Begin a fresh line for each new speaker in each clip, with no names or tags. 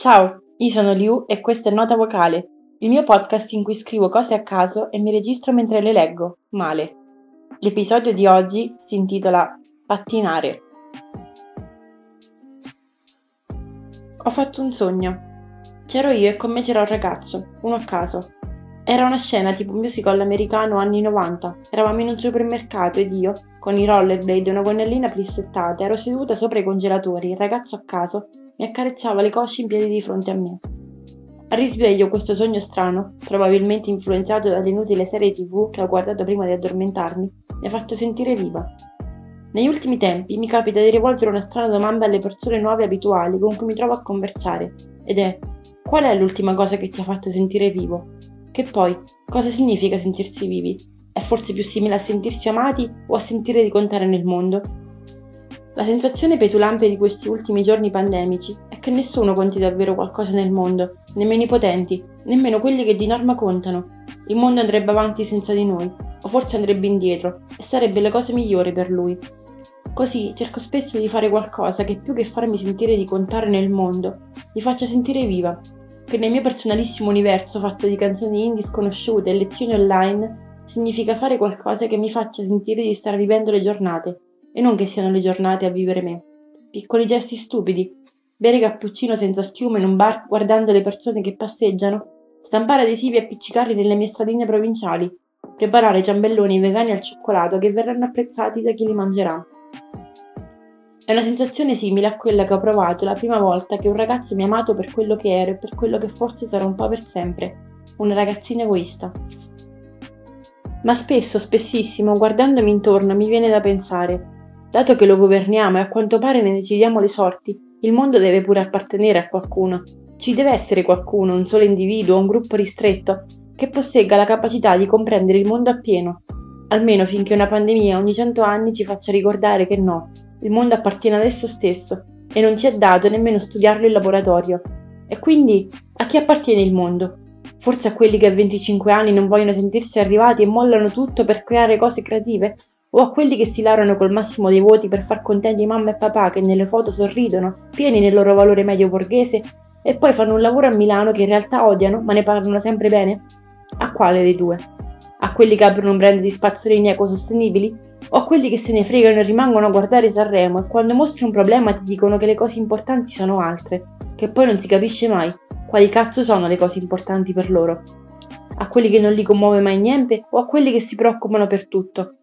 Ciao, io sono Liu e questa è Nota Vocale, il mio podcast in cui scrivo cose a caso e mi registro mentre le leggo, male. L'episodio di oggi si intitola Pattinare. Ho fatto un sogno. C'ero io e con me c'era un ragazzo, uno a caso. Era una scena tipo musical americano anni 90. Eravamo in un supermercato ed io, con i rollerblade e una gonnellina plissettata, ero seduta sopra i congelatori, il ragazzo a caso mi accarezzava le cosce in piedi di fronte a me. Al risveglio questo sogno strano, probabilmente influenzato dall'inutile serie TV che ho guardato prima di addormentarmi, mi ha fatto sentire viva. Negli ultimi tempi mi capita di rivolgere una strana domanda alle persone nuove e abituali con cui mi trovo a conversare, ed è: qual è l'ultima cosa che ti ha fatto sentire vivo? Che poi, cosa significa sentirsi vivi? È forse più simile a sentirsi amati o a sentire di contare nel mondo? La sensazione petulante di questi ultimi giorni pandemici è che nessuno conti davvero qualcosa nel mondo, nemmeno i potenti, nemmeno quelli che di norma contano. Il mondo andrebbe avanti senza di noi, o forse andrebbe indietro, e sarebbe la cosa migliore per lui. Così cerco spesso di fare qualcosa che più che farmi sentire di contare nel mondo, mi faccia sentire viva, che nel mio personalissimo universo fatto di canzoni indie sconosciute e lezioni online, significa fare qualcosa che mi faccia sentire di star vivendo le giornate, e non che siano le giornate a vivere me. Piccoli gesti stupidi, bere cappuccino senza schiuma in un bar guardando le persone che passeggiano, stampare adesivi e appiccicarli nelle mie stradine provinciali, preparare ciambelloni vegani al cioccolato che verranno apprezzati da chi li mangerà. È una sensazione simile a quella che ho provato la prima volta che un ragazzo mi ha amato per quello che ero e per quello che forse sarò un po' per sempre, una ragazzina egoista. Ma spessissimo, guardandomi intorno mi viene da pensare: dato che lo governiamo e a quanto pare ne decidiamo le sorti, il mondo deve pure appartenere a qualcuno. Ci deve essere qualcuno, un solo individuo, un gruppo ristretto, che possegga la capacità di comprendere il mondo appieno, almeno finché una pandemia ogni 100 anni ci faccia ricordare che no, il mondo appartiene ad esso stesso e non ci è dato nemmeno studiarlo in laboratorio. E quindi a chi appartiene il mondo? Forse a quelli che a 25 anni non vogliono sentirsi arrivati e mollano tutto per creare cose creative? O a quelli che si laurano col massimo dei voti per far contenti mamma e papà che nelle foto sorridono, pieni nel loro valore medio borghese, e poi fanno un lavoro a Milano che in realtà odiano ma ne parlano sempre bene? A quale dei due? A quelli che aprono un brand di spazzolini ecosostenibili? O a quelli che se ne fregano e rimangono a guardare Sanremo e quando mostri un problema ti dicono che le cose importanti sono altre, che poi non si capisce mai quali cazzo sono le cose importanti per loro? A quelli che non li commuove mai niente o a quelli che si preoccupano per tutto?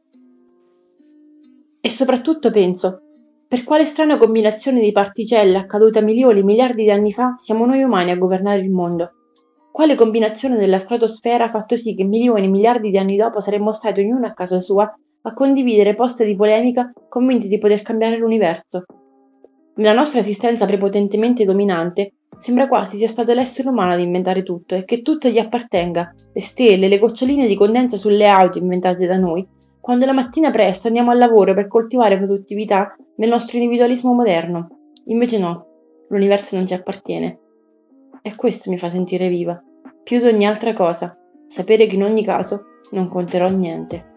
E soprattutto penso: per quale strana combinazione di particelle accaduta milioni, miliardi di anni fa siamo noi umani a governare il mondo? Quale combinazione della stratosfera ha fatto sì che milioni, miliardi di anni dopo saremmo stati ognuno a casa sua a condividere post di polemica convinti di poter cambiare l'universo? Nella nostra esistenza prepotentemente dominante, sembra quasi sia stato l'essere umano ad inventare tutto e che tutto gli appartenga, le stelle, le goccioline di condensa sulle auto inventate da noi, quando la mattina presto andiamo al lavoro per coltivare produttività nel nostro individualismo moderno. Invece no, l'universo non ci appartiene. E questo mi fa sentire viva, più di ogni altra cosa, sapere che in ogni caso non conterò niente.